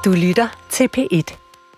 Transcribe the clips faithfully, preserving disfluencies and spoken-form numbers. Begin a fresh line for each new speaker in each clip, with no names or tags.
Du lytter til P et.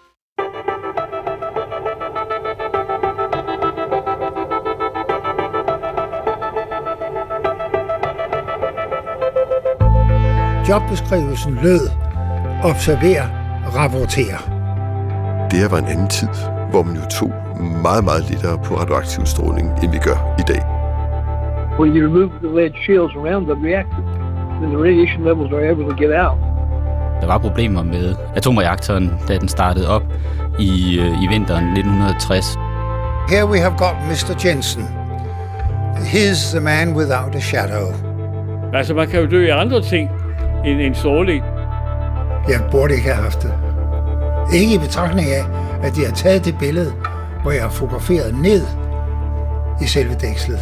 Jobbeskrivelsen lød: observer, rapporter.
Det her var en anden tid, hvor man jo tog meget, meget lettere på radioaktiv stråling, end vi gør i dag.
When you remove the lead shields around the reactor, then the radiation levels are able to get out.
Der var problemer med atomreaktoren, da den startede op i, i vinteren nitten tres.
Here we have got mister Jensen. He's the man without a shadow.
Altså, man kan jo dø af andre ting end en stråling.
Jeg burde ikke have haft det. Ikke i betragtning af, at de har taget det billede, hvor jeg har fotograferet ned i selve dækslet.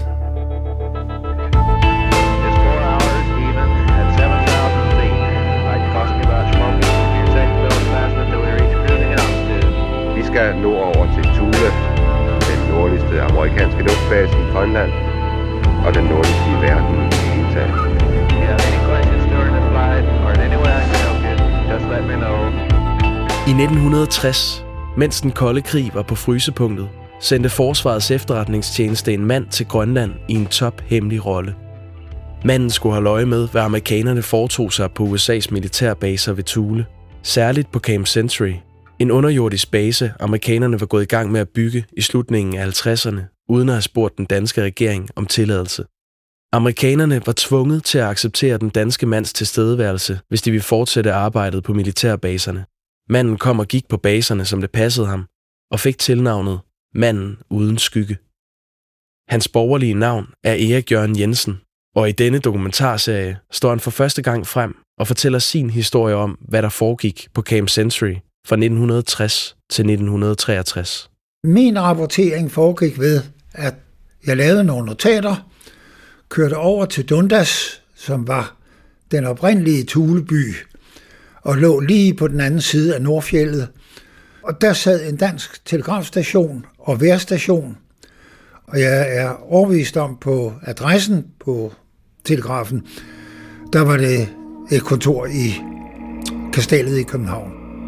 Vi skal nå over til Thule, den nordligste amerikanske luftbase i Grønland, og den nordligste i verden i hele taget.
I nitten tres, mens den kolde krig var på frysepunktet, sendte Forsvarets efterretningstjeneste en mand til Grønland i en tophemmelig rolle. Manden skulle have øje med, hvad amerikanerne foretog sig på U S A's militærbaser ved Thule, særligt på Camp Century, en underjordisk base, amerikanerne var gået i gang med at bygge i slutningen af halvtredserne, uden at have spurgt den danske regering om tilladelse. Amerikanerne var tvunget til at acceptere den danske mands tilstedeværelse, hvis de ville fortsætte arbejdet på militærbaserne. Manden kom og gik på baserne, som det passede ham, og fik tilnavnet Manden uden skygge. Hans borgerlige navn er Erik Jørgen Jensen, og i denne dokumentarserie står han for første gang frem og fortæller sin historie om, hvad der foregik på Camp Century fra nitten tres til nitten treogtres.
Min rapportering foregik ved, at jeg lavede nogle notater, kørte over til Dundas, som var den oprindelige Thuleby, og lå lige på den anden side af Nordfjeldet. Og der sad en dansk telegrafstation og vejrstation, og jeg er overbevist om på adressen på telegrafen, der var det et kontor i Kastellet i København.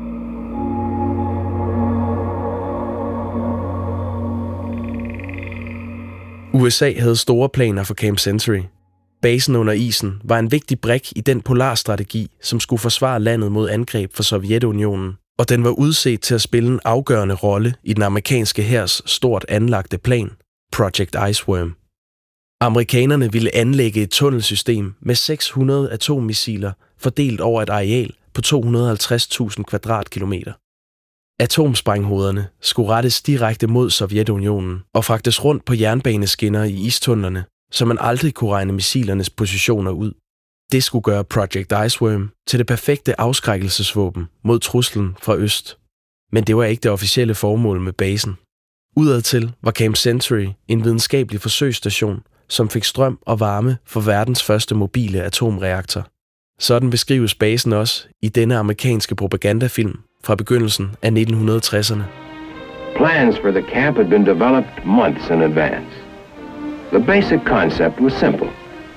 U S A havde store planer for Camp Century. Basen under isen var en vigtig brik i den polarstrategi, som skulle forsvare landet mod angreb fra Sovjetunionen, og den var udset til at spille en afgørende rolle i den amerikanske hærs stort anlagte plan, Project Iceworm. Amerikanerne ville anlægge et tunnelsystem med seks hundrede atommissiler fordelt over et areal på to hundrede og halvtreds tusind kvadratkilometer. Atomsprænghoderne skulle rettes direkte mod Sovjetunionen og fragtes rundt på jernbaneskinner i istunnelerne, så man aldrig kunne regne missilernes positioner ud. Det skulle gøre Project Iceworm til det perfekte afskrækkelsesvåben mod truslen fra øst. Men det var ikke det officielle formål med basen. Udadtil var Camp Century en videnskabelig forsøgsstation, som fik strøm og varme for verdens første mobile atomreaktor. Sådan beskrives basen også i denne amerikanske propagandafilm fra begyndelsen af nitten tresserne.
Plans for the camp had been developed months in advance. The basic concept was simple.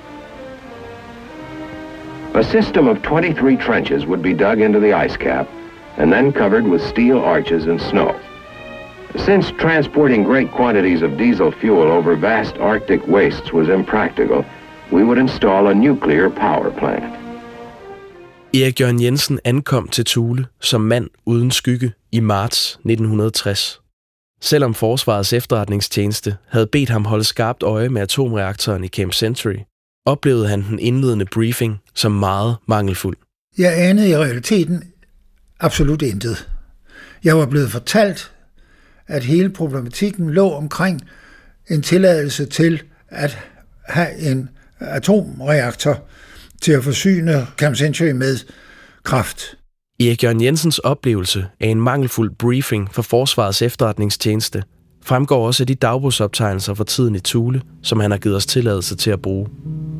A system of twenty-three trenches would be dug into the ice cap and then covered with steel arches and snow. Since transporting great quantities of diesel fuel over vast Arctic wastes was impractical, we would install a nuclear power plant.
Erik Jørgen Jensen ankom til Thule som mand uden skygge i marts nitten tres. Selvom Forsvarets efterretningstjeneste havde bedt ham holde skarpt øje med atomreaktoren i Camp Century, oplevede han den indledende briefing som meget mangelfuld.
Jeg anede i realiteten absolut intet. Jeg var blevet fortalt, at hele problematikken lå omkring en tilladelse til at have en atomreaktor til at forsyne Camp Century med kraft.
Erik Jørgen Jensens oplevelse af en mangelfuld briefing for Forsvarets efterretningstjeneste fremgår også af de dagbogsoptegnelser fra tiden i Thule, som han har givet os tilladelse til at bruge.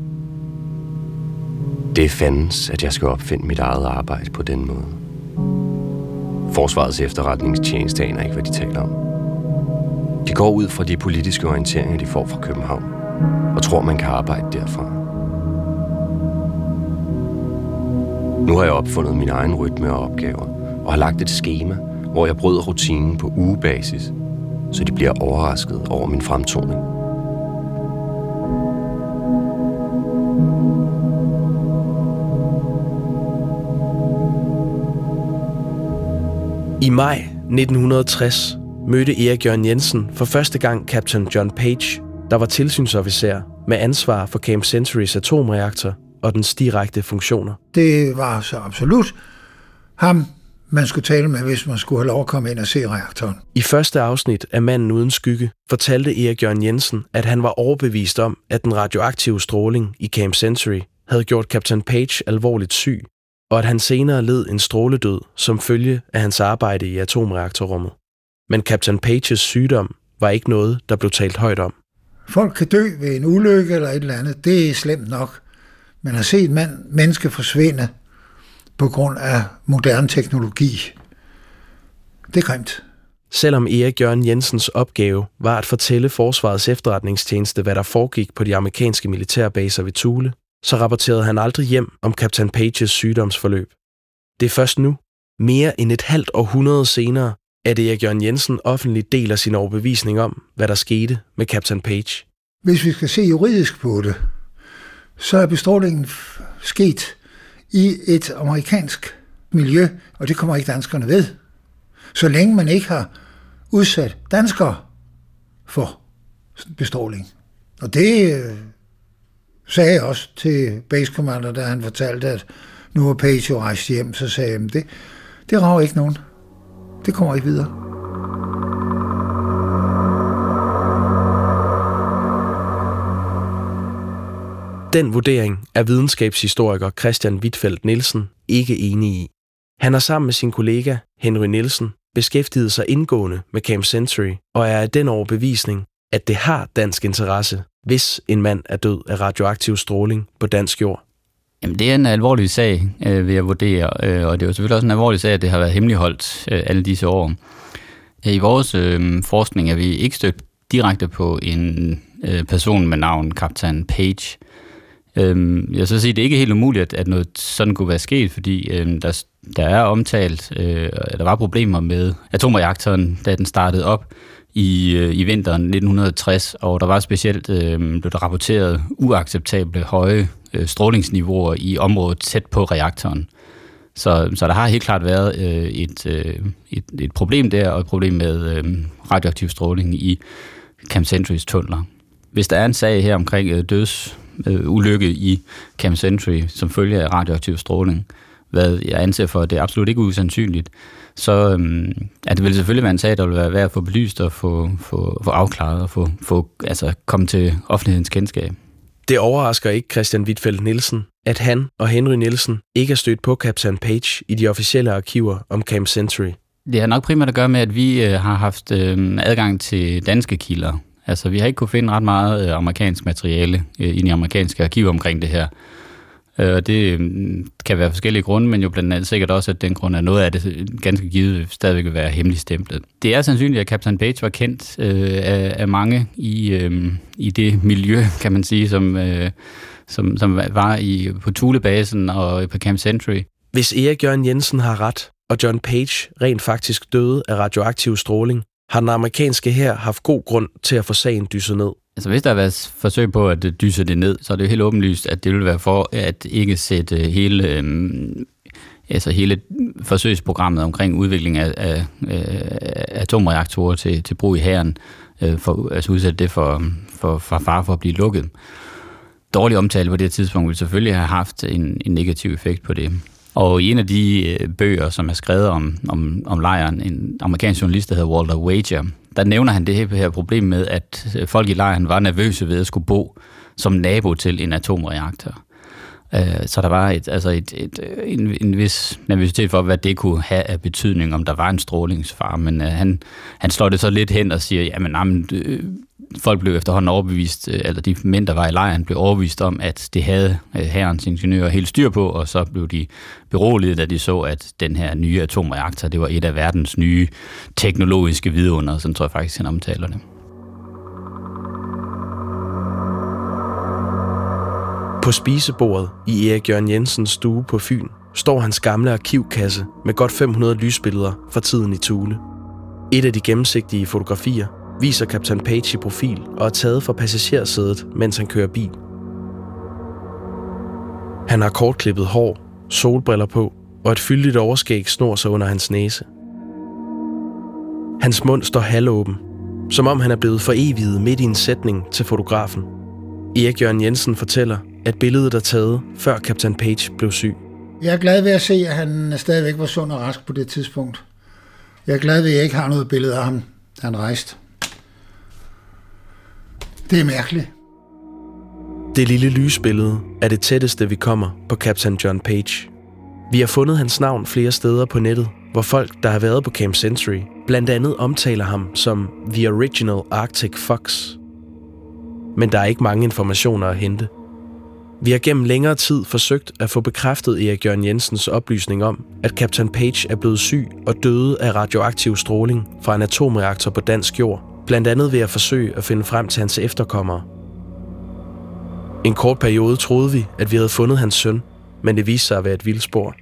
Det er fandens, at jeg skal opfinde mit eget arbejde på den måde. Forsvarets efterretningstjeneste aner ikke, hvad de taler om. De går ud fra de politiske orienteringer, de får fra København, og tror, man kan arbejde derfra. Nu har jeg opfundet min egen rytme og opgaver, og har lagt et skema, hvor jeg bryder rutinen på ugebasis, så de bliver overrasket over min fremtoning.
I maj nitten tres mødte Erik Jørgen Jensen for første gang kaptajn John Page, der var tilsynsofficer med ansvar for Camp Centurys atomreaktor og dens direkte funktioner.
Det var så absolut ham, man skulle tale med, hvis man skulle have lov at komme ind og se reaktoren.
I første afsnit af Manden uden skygge fortalte Erik Jørgen Jensen, at han var overbevist om, at den radioaktive stråling i Camp Century havde gjort kaptajn Page alvorligt syg, og at han senere led en stråledød som følge af hans arbejde i atomreaktorrummet. Men kaptajn Pages sygdom var ikke noget, der blev talt højt om.
Folk kan dø ved en ulykke eller et eller andet. Det er slemt nok. Men at se et mand, menneske forsvinde på grund af moderne teknologi, det er grimt.
Selvom Erik Jørgen Jensens opgave var at fortælle Forsvarets efterretningstjeneste, hvad der foregik på de amerikanske militærbaser ved Thule, så rapporterede han aldrig hjem om kaptajn Pages sygdomsforløb. Det er først nu, mere end et halvt århundrede senere, at Erik Jørgen Jensen offentligt deler sin overbevisning om, hvad der skete med kaptajn Page.
Hvis vi skal se juridisk på det, så er bestrålingen sket i et amerikansk miljø, og det kommer ikke danskerne ved. Så længe man ikke har udsat danskere for bestråling. Og det øh, sagde jeg også til Base Commander, da han fortalte, at nu er Page jo rejst hjem, så sagde jeg, det, det rager ikke nogen. Det kommer ikke videre.
Den vurdering er videnskabshistoriker Christian Huitfeldt Nielsen ikke enig i. Han har sammen med sin kollega Henry Nielsen beskæftiget sig indgående med Camp Century og er af den overbevisning, at det har dansk interesse, hvis en mand er død af radioaktiv stråling på dansk jord.
Jamen, det er en alvorlig sag, øh, vil jeg vurdere, øh, og det er jo selvfølgelig også en alvorlig sag, at det har været hemmeligholdt øh, alle disse år. I vores øh, forskning er vi ikke stødt direkte på en øh, person med navn kaptajn Page. Øh, jeg så sige, det er ikke helt umuligt, at, at noget sådan kunne være sket, fordi øh, der, der er omtalt, øh, at der var problemer med atomreaktoren, da den startede op i, øh, i vinteren nitten tres, og der var specielt øh, blev der rapporteret uacceptable høje øh, strålingsniveauer i området tæt på reaktoren. Så, så der har helt klart været øh, et, øh, et, et problem der, og et problem med øh, radioaktiv stråling i Camp Centurys tunneler. Hvis der er en sag her omkring øh, dødsulykke øh, i Camp Century som følge af radioaktiv stråling, hvad jeg anser for, at det er absolut ikke usandsynligt, så øhm, at det vil selvfølgelig være en sag, der vil være værd at få belyst og få, få, få afklaret og få, få altså, komme til offentlighedens kendskab.
Det overrasker ikke Christian Huitfeldt Nielsen, at han og Henry Nielsen ikke er stødt på kaptajn Page i de officielle arkiver om Camp Century.
Det har nok primært at gøre med, at vi øh, har haft øh, adgang til danske kilder. Altså, vi har ikke kunne finde ret meget øh, amerikansk materiale øh, i de amerikanske arkiver omkring det her. Og det kan være forskellige grunde, men jo blandt andet sikkert også, at den grund er noget af det ganske givet stadigvæk vil være hemmeligstemplet. Det er sandsynligt, at kaptajn Page var kendt øh, af, af mange i, øh, i det miljø, kan man sige, som, øh, som, som var i, på Thulebasen og på Camp Century.
Hvis Erik Jørgen Jensen har ret, og John Page rent faktisk døde af radioaktiv stråling, har den amerikanske hær haft god grund til at få sagen dysset ned.
Altså hvis der har været forsøg på at dyse det ned, så er det jo helt åbenlyst, at det vil være for at ikke sætte hele, øh, altså hele forsøgsprogrammet omkring udvikling af, af, af atomreaktorer til, til brug i hæren, øh, for, altså udsætte det for, for, for fare for at blive lukket. Dårlig omtale på det tidspunkt vil selvfølgelig have haft en, en negativ effekt på det. Og i en af de bøger, som er skrevet om, om, om lejren, en amerikansk journalist, der hedder Walter Wager, der nævner han det her problem med, at folk i lejren var nervøse ved at skulle bo som nabo til en atomreaktor. Så der var et, altså et, et, en, en vis nervøsitet for, hvad det kunne have af betydning, om der var en strålingsfare. Men han, han slår det så lidt hen og siger, jamen, jamen folk blev efterhånden overbevist, eller de mænd, der var i lejren, blev overbevist om, at det havde hærens ingeniører helt styr på, og så blev de beroliget, da de så, at den her nye atomreaktor, det var et af verdens nye teknologiske vidunder, sådan tror jeg faktisk, han omtaler det.
På spisebordet i Erik Jørgen Jensens stue på Fyn står hans gamle arkivkasse med godt fem hundrede lysbilleder fra tiden i Thule. Et af de gennemsigtige fotografier viser kaptajn Page i profil og er taget fra passagersædet, mens han kører bil. Han har kortklippet hår, solbriller på og et fyldigt overskæg snor sig under hans næse. Hans mund står halvåben, som om han er blevet foreviget midt i en sætning til fotografen. Erik Jørgen Jensen fortæller, at billedet er taget, før kaptajn Page blev syg.
Jeg er glad ved at se, at han stadigvæk var sund og rask på det tidspunkt. Jeg er glad ved, at jeg ikke har noget billede af ham, da han rejste. Det er mærkeligt.
Det lille lysbillede er det tætteste, vi kommer på kaptajn John Page. Vi har fundet hans navn flere steder på nettet, hvor folk, der har været på Camp Century, blandt andet omtaler ham som The Original Arctic Fox. Men der er ikke mange informationer at hente. Vi har gennem længere tid forsøgt at få bekræftet Erik Jørgen Jensens oplysning om, at kaptajn Page er blevet syg og døde af radioaktiv stråling fra en atomreaktor på dansk jord, blandt andet ved at forsøge at finde frem til hans efterkommere. En kort periode troede vi, at vi havde fundet hans søn, men det viste sig at være et vildspor.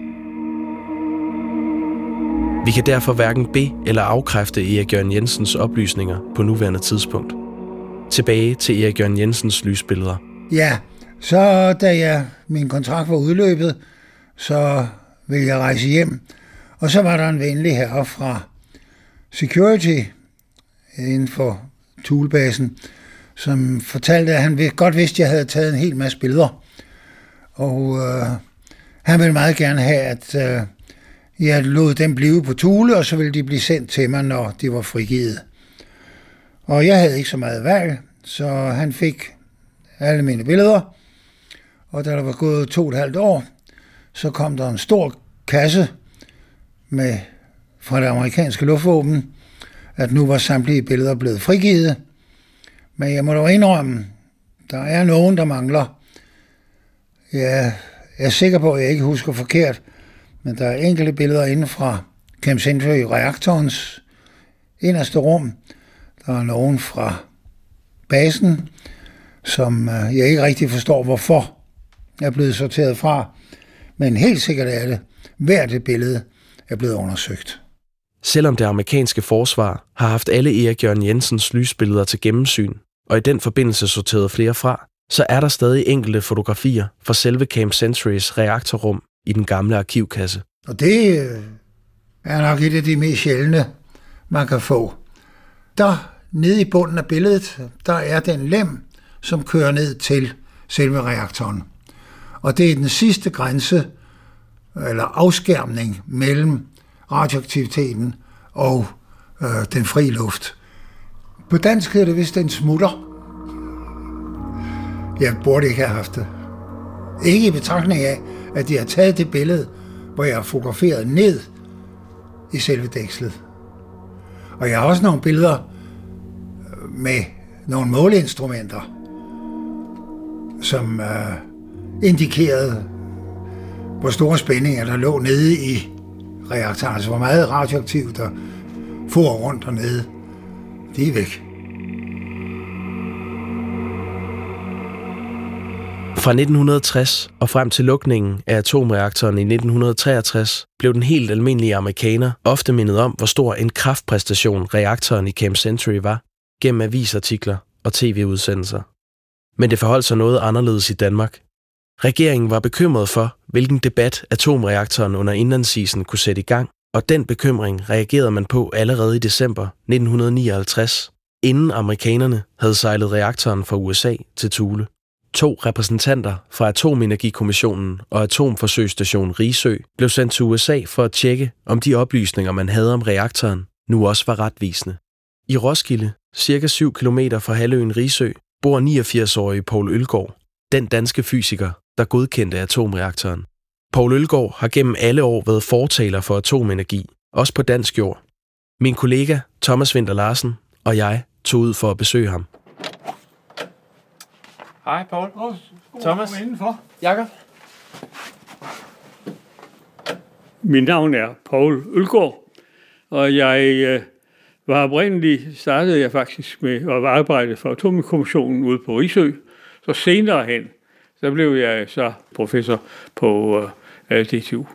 Vi kan derfor hverken be- eller afkræfte Erik Jørgen Jensens oplysninger på nuværende tidspunkt. Tilbage til Erik Jørgen Jensens lysbilleder.
Ja, så da jeg, min kontrakt var udløbet, så ville jeg rejse hjem. Og så var der en venlig herre fra Security inden for Thulebasen, som fortalte, at han godt vidste, at jeg havde taget en hel masse billeder. Og øh, han ville meget gerne have, at øh, jeg lod dem blive på Thule, og så ville de blive sendt til mig, når de var frigivet. Og jeg havde ikke så meget valg, så han fik alle mine billeder. Og da der var gået to og et halvt år, så kom der en stor kasse med, fra det amerikanske luftvåben, at nu var samtlige billeder blevet frigivet. Men jeg må dog indrømme, der er nogen, der mangler. Jeg er sikker på, at jeg ikke husker forkert, men der er enkelte billeder inden fra Camp Century-reaktorens inderste rum. Der er nogen fra basen, som jeg ikke rigtig forstår, hvorfor er blevet sorteret fra. Men helt sikkert er det, hvert det billede er blevet undersøgt.
Selvom det amerikanske forsvar har haft alle Erik Jørgen Jensens lysbilleder til gennemsyn, og i den forbindelse sorteret flere fra, så er der stadig enkelte fotografier fra selve Camp Centurys reaktorrum i den gamle arkivkasse.
Og det er nok et af de mest sjældne, man kan få. Der nede i bunden af billedet, der er den lem, som kører ned til selve reaktoren. Og det er den sidste grænse, eller afskærmning mellem radioaktiviteten og øh, den frie luft. På dansk hedder det vist en smutter. Jeg burde ikke have haft det. Ikke i betragtning af, at de har taget det billede, hvor jeg har fotograferet ned i selve dækslet. Og jeg har også nogle billeder med nogle måleinstrumenter, som øh, indikerede, hvor store spændinger der lå nede i reaktoren. Altså hvor meget radioaktivt der for rundt dernede. De er væk.
Fra nitten tres og frem til lukningen af atomreaktoren i nitten treogtres blev den helt almindelige amerikaner ofte mindet om, hvor stor en kraftpræstation reaktoren i Camp Century var, gennem avisartikler og tv-udsendelser. Men det forholdt sig noget anderledes i Danmark. Regeringen var bekymret for, hvilken debat atomreaktoren under indlandsisen kunne sætte i gang, og den bekymring reagerede man på allerede i december nitten nioghalvtreds, inden amerikanerne havde sejlet reaktoren fra U S A til Thule. To repræsentanter fra Atomenergikommissionen og Atomforsøgsstation Risø blev sendt til U S A for at tjekke, om de oplysninger, man havde om reaktoren, nu også var retvisende. I Roskilde, cirka syv kilometer fra halvøen Risø, bor niogfirs-årige Poul Ølgaard, den danske fysiker, der godkendte atomreaktoren. Poul Ølgaard har gennem alle år været fortaler for atomenergi, også på dansk jord. Min kollega Thomas Winter Larsen og jeg tog ud for at besøge ham.
Hej, Poul. Oh, Thomas.
Jakob.
Mit navn er Poul Ølgaard, og jeg øh, var oprindeligt, startede jeg faktisk med at arbejde for Atomenergikommissionen ude på Risø. Så senere hen, så blev jeg så professor på D T U.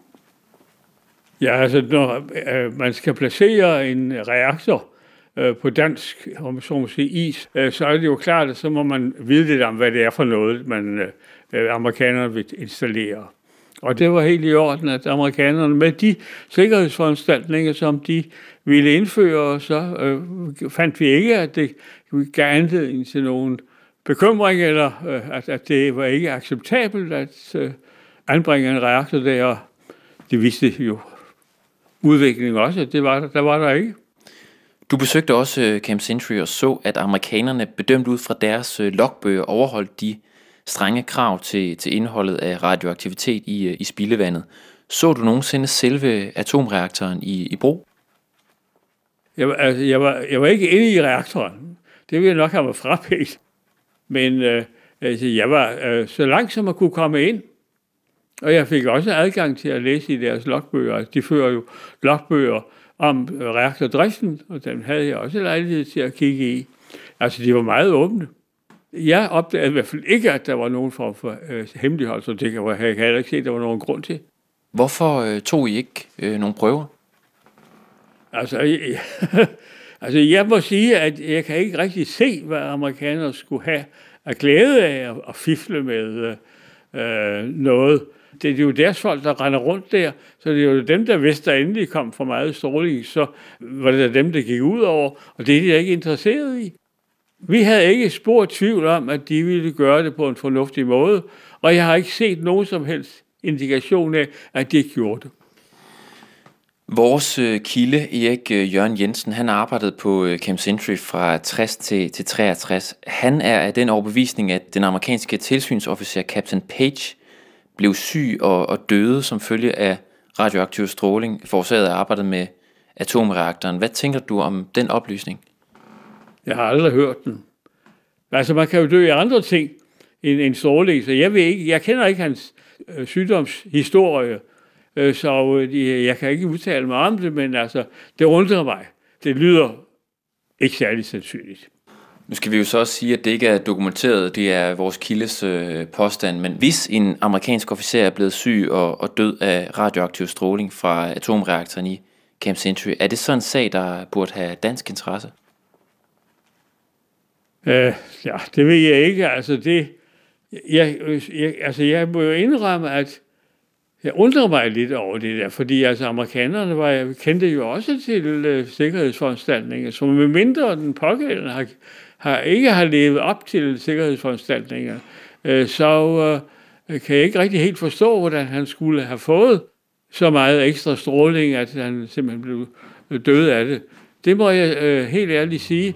Ja, altså når øh, man skal placere en reaktor øh, på dansk, om så må sige, is, øh, så er det jo klart, at så må man vide lidt om, hvad det er for noget, man øh, amerikanerne vil installere. Og det var helt i orden, at amerikanerne med de sikkerhedsforanstaltninger, som de ville indføre, så øh, fandt vi ikke, at det gav anledning til nogen bekymring, eller øh, at, at det var ikke acceptabelt at øh, anbringe en reaktor der. Det viste jo udviklingen også, at det var der, der var der ikke.
Du besøgte også Camp Century og så, at amerikanerne bedømt ud fra deres logbøger overholdt de strenge krav til, til indholdet af radioaktivitet i, i spildevandet. Så du nogensinde selve atomreaktoren i, i brug?
Jeg, altså, jeg, var, jeg var ikke inde i reaktoren. Det ville jeg nok have været frabedt. Men øh, altså, jeg var øh, så langt, som man kunne komme ind. Og jeg fik også adgang til at læse i deres logbøger. Altså, de fører jo logbøger om reaktordriften, og dem havde jeg også lejlighed til at kigge i. Altså, de var meget åbne. Jeg opdagede i hvert fald ikke, at der var nogen form for øh, hemmelighold, så det kan jeg heller ikke se, at der var nogen grund til.
Hvorfor øh, tog I ikke øh, nogle prøver?
Altså jeg, altså, jeg må sige, at jeg kan ikke rigtig se, hvad amerikanere skulle have af glæde af at, at fifle med øh, noget. Det er jo deres folk, der render rundt der, så det er jo dem, der vidste, der endelig kom for meget stråling, så var det dem, der gik ud over, og det er de ikke interesseret i. Vi havde ikke spor tvivl om, at de ville gøre det på en fornuftig måde, og jeg har ikke set nogen som helst indikation af, at de ikke gjorde det.
Vores øh, kilde, Erik øh, Jørgen Jensen, han arbejdede på øh, Camp Century fra tres til, til treogtres. Han er af den overbevisning, at den amerikanske tilsynsofficer Captain Page blev syg og, og døde som følge af radioaktiv stråling, forårsaget af arbejdet med atomreaktoren. Hvad tænker du om den oplysning?
Jeg har aldrig hørt den. Altså, man kan jo dø af andre ting end en stråling, så jeg ved ikke, jeg kender ikke hans øh, sygdomshistorie, øh, så øh, jeg kan ikke udtale mig om det, men altså, det undrer mig. Det lyder ikke særlig sandsynligt.
Nu skal vi jo så også sige, at det ikke er dokumenteret, det er vores kildes øh, påstand, men hvis en amerikansk officer er blevet syg og, og død af radioaktiv stråling fra atomreaktoren i Camp Century, er det så en sag, der burde have dansk interesse?
Øh, ja, det ved jeg ikke. Altså, det, jeg, jeg, altså, jeg må jo indrømme, at jeg undrer mig lidt over det der, fordi altså, amerikanerne var, jeg kendte jo også til uh, sikkerhedsforanstaltninger, som med mindre den pågældende har, har, ikke har levet op til sikkerhedsforanstaltninger, uh, så uh, kan jeg ikke rigtig helt forstå, hvordan han skulle have fået så meget ekstra stråling, at han simpelthen blev død af det. Det må jeg uh, helt ærligt sige.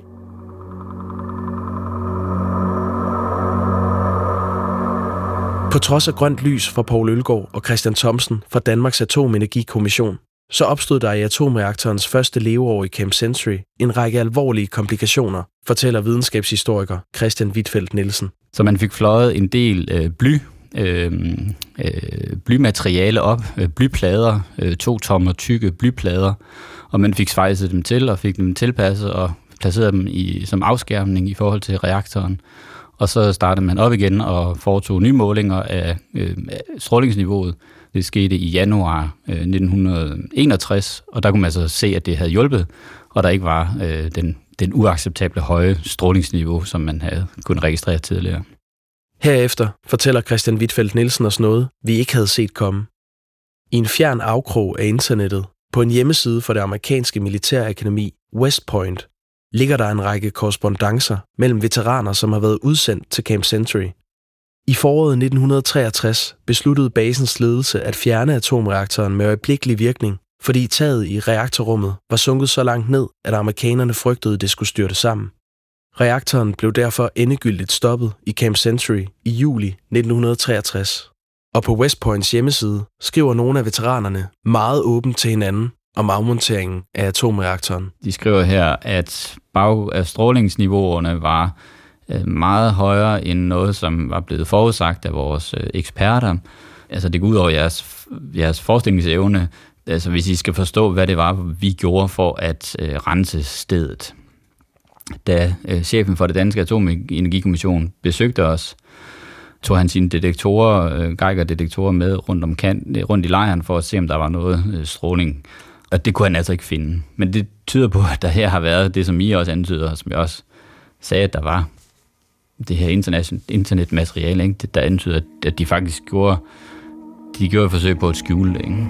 På trods af grønt lys fra Poul Ølgaard og Christian Thomsen fra Danmarks Atomenergikommission, så opstod der i atomreaktorens første leveår i Camp Century en række alvorlige komplikationer, fortæller videnskabshistoriker Christian Huitfeldt Nielsen.
Så man fik fløjet en del øh, bly, øh, øh, blymateriale op, øh, blyplader, øh, to tommer tykke blyplader, og man fik svejset dem til og fik dem tilpasset og placeret dem i, som afskærmning i forhold til reaktoren. Og så startede man op igen og foretog nye målinger af øh, strålingsniveauet. Det skete i januar øh, nitten enogtres, og der kunne man så se, at det havde hjulpet, og der ikke var øh, den, den uacceptable høje strålingsniveau, som man havde kunnet registrere tidligere.
Herefter fortæller Christian Huitfeldt Nielsen os noget, vi ikke havde set komme. I en fjern afkrog af internettet, på en hjemmeside for det amerikanske militærakademi West Point, ligger der en række korrespondancer mellem veteraner, som har været udsendt til Camp Century. I foråret nitten treogtres besluttede basens ledelse at fjerne atomreaktoren med øjeblikkelig virkning, fordi taget i reaktorrummet var sunket så langt ned, at amerikanerne frygtede, det skulle styrte sammen. Reaktoren blev derfor endegyldigt stoppet i Camp Century i juli nitten treogtres. Og på West Points hjemmeside skriver nogle af veteranerne meget åbent til hinanden om afmonteringen af atomreaktoren.
De skriver her, at bag af strålingsniveauerne var meget højere end noget, som var blevet forudsagt af vores eksperter. Altså det går ud over jeres, jeres forskningsevne, altså hvis I skal forstå, hvad det var, vi gjorde for at øh, rense stedet. Da øh, chefen for det danske atomenergikommission besøgte os, tog han sine detektorer, øh, Geiger-detektorer med rundt, om kan, rundt i lejren for at se, om der var noget øh, stråling. Og det kunne han altså ikke finde. Men det tyder på, at der her har været det, som I også antyder, som jeg også sagde, at der var det her internet, internetmateriale, ikke? Det, der antyder, at de faktisk gjorde, de gjorde et forsøg på at skjule det. Ikke?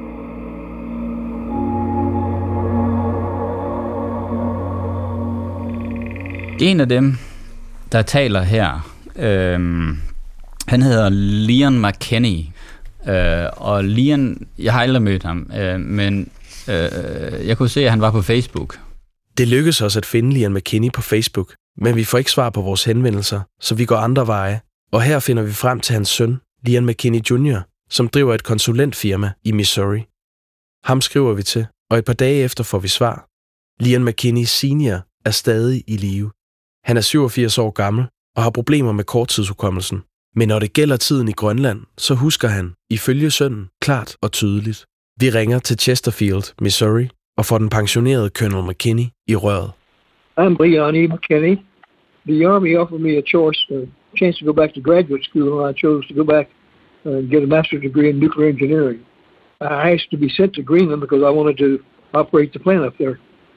En af dem, der taler her, øh, han hedder Leon McKinney. Øh, og Leon, jeg har aldrig mødt ham, øh, men øh, jeg kunne se, at han var på Facebook.
Det lykkedes os at finde Leon McKinney på Facebook, men vi får ikke svar på vores henvendelser, så vi går andre veje. Og her finder vi frem til hans søn, Leon McKinney junior, som driver et konsulentfirma i Missouri. Ham skriver vi til, og et par dage efter får vi svar. Leon McKinney senior er stadig i live. Han er syvogfirs år gammel og har problemer med korttidshukommelsen. Men når det gælder tiden i Grønland, så husker han, ifølge sønnen, klart og tydeligt. Vi ringer til Chesterfield, Missouri, og får den pensionerede Colonel McKinney i røret.
I'm Leon E. McKinney. The Army offered me a choice, a chance to go back to graduate school, and I chose to go back and get a master's degree in nuclear engineering. I asked to be sent to Greenland because I wanted to operate the plant up there.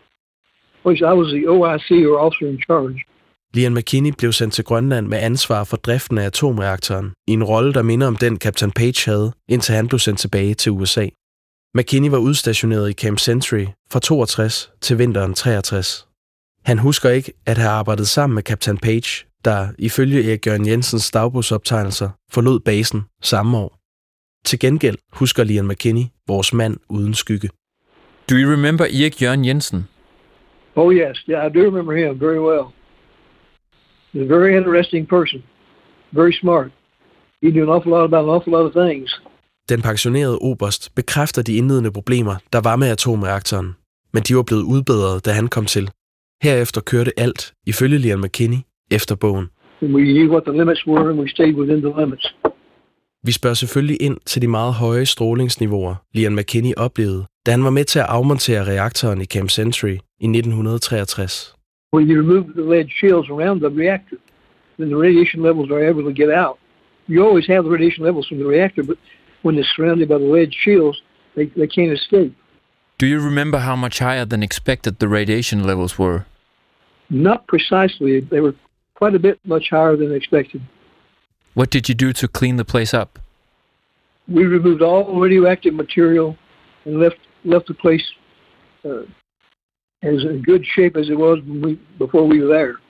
I was the O I C, or officer in charge.
Leon McKinney blev sendt til Grønland med ansvar for driften af atomreaktoren, i en rolle, der minder om den Captain Page havde, indtil han blev sendt tilbage til U S A. McKinney var udstationeret i Camp Century fra toogtres til vinteren treogtres. Han husker ikke at have arbejdet sammen med Captain Page, der ifølge Erik Jørgen Jensens dagbogsoptegnelser forlod basen samme år. Til gengæld husker Leon McKinney vores mand uden skygge.
Do you remember Erik Jørgen Jensen?
Oh yes, yeah, I do remember him very well. He's a very interesting person. Very smart. He knew an awful lot about an awful lot of things.
Den pensionerede oberst bekræfter de indledende problemer, der var med atomreaktoren, men de var blevet udbedret, da han kom til. Herefter kørte alt, ifølge Leon McKinney, efter bogen.
We knew what the limits were, and we stayed within the limits.
Vi spørger selvfølgelig ind til de meget høje strålingsniveauer, Leon McKinney oplevede, da han var med til at afmontere reaktoren i Camp Century i nitten treogtres.
When you remove the lead shields around the reactor, then the radiation levels are able to get out. You always have the radiation levels from the reactor, but when it's surrounded by the lead shields, they, they can't escape.
Do you remember how much higher than expected the radiation levels were?
Not precisely. They were quite a bit much higher than expected.
What did you do to clean the place up?
We removed all radioactive material and left left the place uh, as in good shape as it was when we, before we were there.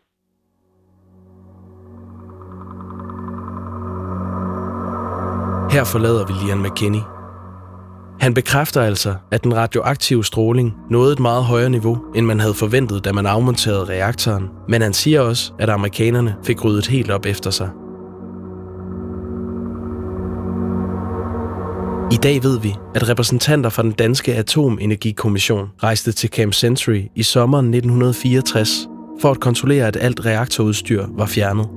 Her forlader vi Leon McKinney. Han bekræfter altså, at den radioaktive stråling nåede et meget højere niveau, end man havde forventet, da man afmonterede reaktoren. Men han siger også, at amerikanerne fik ryddet helt op efter sig. I dag ved vi, at repræsentanter fra den danske atomenergikommission rejste til Camp Century i sommeren nitten fireogtres for at kontrollere, at alt reaktorudstyr var fjernet.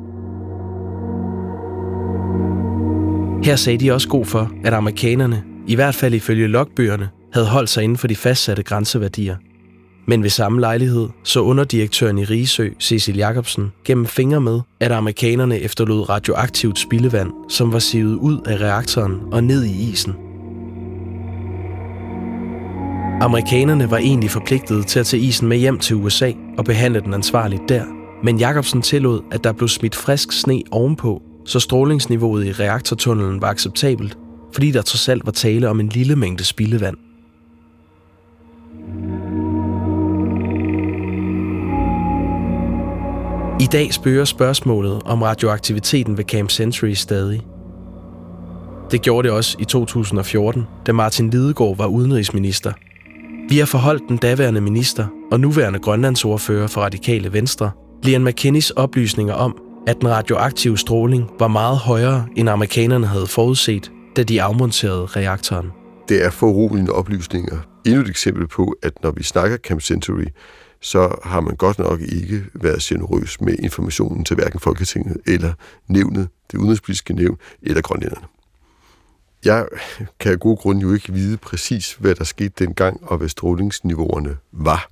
Her sagde de også god for, at amerikanerne, i hvert fald ifølge logbøgerne, havde holdt sig inden for de fastsatte grænseværdier. Men ved samme lejlighed så underdirektøren i Risø, Cecil Jacobsen, gennem fingre med, at amerikanerne efterlod radioaktivt spildevand, som var sivet ud af reaktoren og ned i isen. Amerikanerne var egentlig forpligtede til at tage isen med hjem til U S A og behandle den ansvarligt der, men Jacobsen tillod, at der blev smidt frisk sne ovenpå, så strålingsniveauet i reaktortunnelen var acceptabelt, fordi der trods alt var tale om en lille mængde spildevand. I dag spørger spørgsmålet om radioaktiviteten ved Camp Century stadig. Det gjorde det også i to tusind og fjorten, da Martin Lidegaard var udenrigsminister. Vi har forholdt den daværende minister og nuværende grønlandsordfører for Radikale Venstre, Leon McKinneys oplysninger om, at den radioaktive stråling var meget højere, end amerikanerne havde forudset, da de afmonterede reaktoren.
Det er foruroligende oplysninger. Endnu et eksempel på, at når vi snakker Camp Century, så har man godt nok ikke været generøs med informationen til hverken Folketinget eller nævnet, det udenrigspolitiske nævn eller grønlænderne. Jeg kan af gode grunde jo ikke vide præcis, hvad der skete dengang, og hvad strålingsniveauerne var.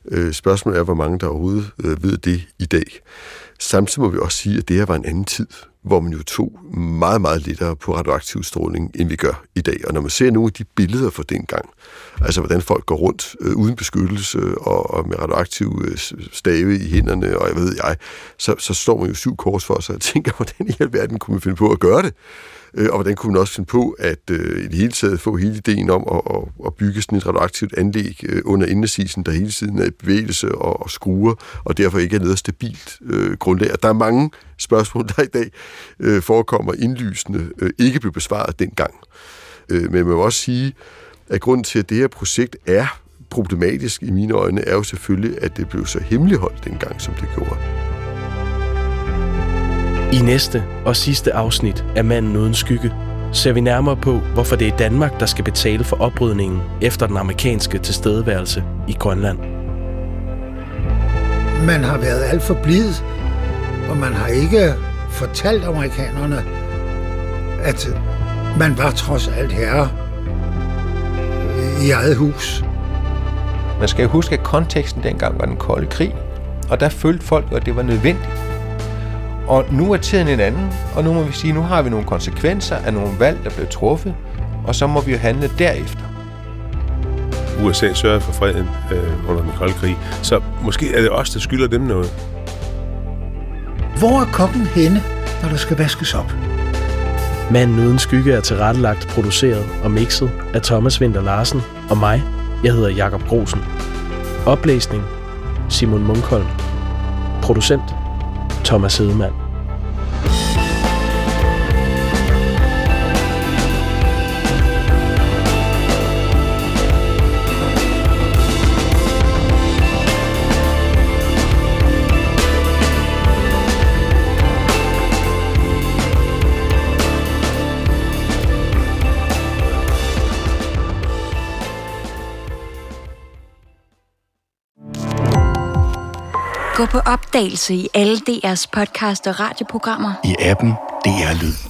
Spørgsmålet er, hvor mange der overhovedet ved det i dag. Samtidig må vi også sige, at det her var en anden tid. hvor man jo tog meget, meget lettere på radioaktiv stråling, end vi gør i dag. Og når man ser nogle af de billeder fra dengang, altså hvordan folk går rundt øh, uden beskyttelse og, og med radioaktive øh, stave i hænderne, og jeg ved jeg, så, så står man jo syv kors for sig og tænker, hvordan i alverden kunne man finde på at gøre det? Og hvordan kunne man også finde på at øh, i det hele taget få hele ideen om at, at, at bygge sådan et radioaktivt anlæg øh, under indlandsisen, der hele tiden er i bevægelse og, og skruer, og derfor ikke er noget stabilt øh, grundlag. Og der er mange spørgsmål, der i dag øh, forekommer indlysende, øh, ikke blev besvaret dengang. Øh, men man må også sige, at grunden til, at det her projekt er problematisk i mine øjne, er jo selvfølgelig, at det blev så hemmeligholdt dengang, som det gjorde.
I næste og sidste afsnit af Manden uden skygge ser vi nærmere på, hvorfor det er Danmark, der skal betale for oprydningen efter den amerikanske tilstedeværelse i Grønland.
Man har været alt for blid, og man har ikke fortalt amerikanerne, at man var trods alt herre i eget hus.
Man skal jo huske, at konteksten dengang var den kolde krig, og der følte folk, at det var nødvendigt. Og nu er tiden en anden, og nu må vi sige, nu har vi nogle konsekvenser af nogle valg, der blev truffet, og så må vi jo handle derefter.
U S A sørgede for freden øh, under den kolde krig, så måske er det os, der skylder dem noget.
Hvor er kokken henne, når der skal vaskes op?
Manden uden skygge er tilrettelagt, produceret og mixet af Thomas Winther Larsen og mig. Jeg hedder Jakob Grosen. Oplæsning Simon Munkholm. Producent Thomas Hedemann.
Gå på opdagelse i alle D R's podcast og radioprogrammer.
I appen D R Lyd.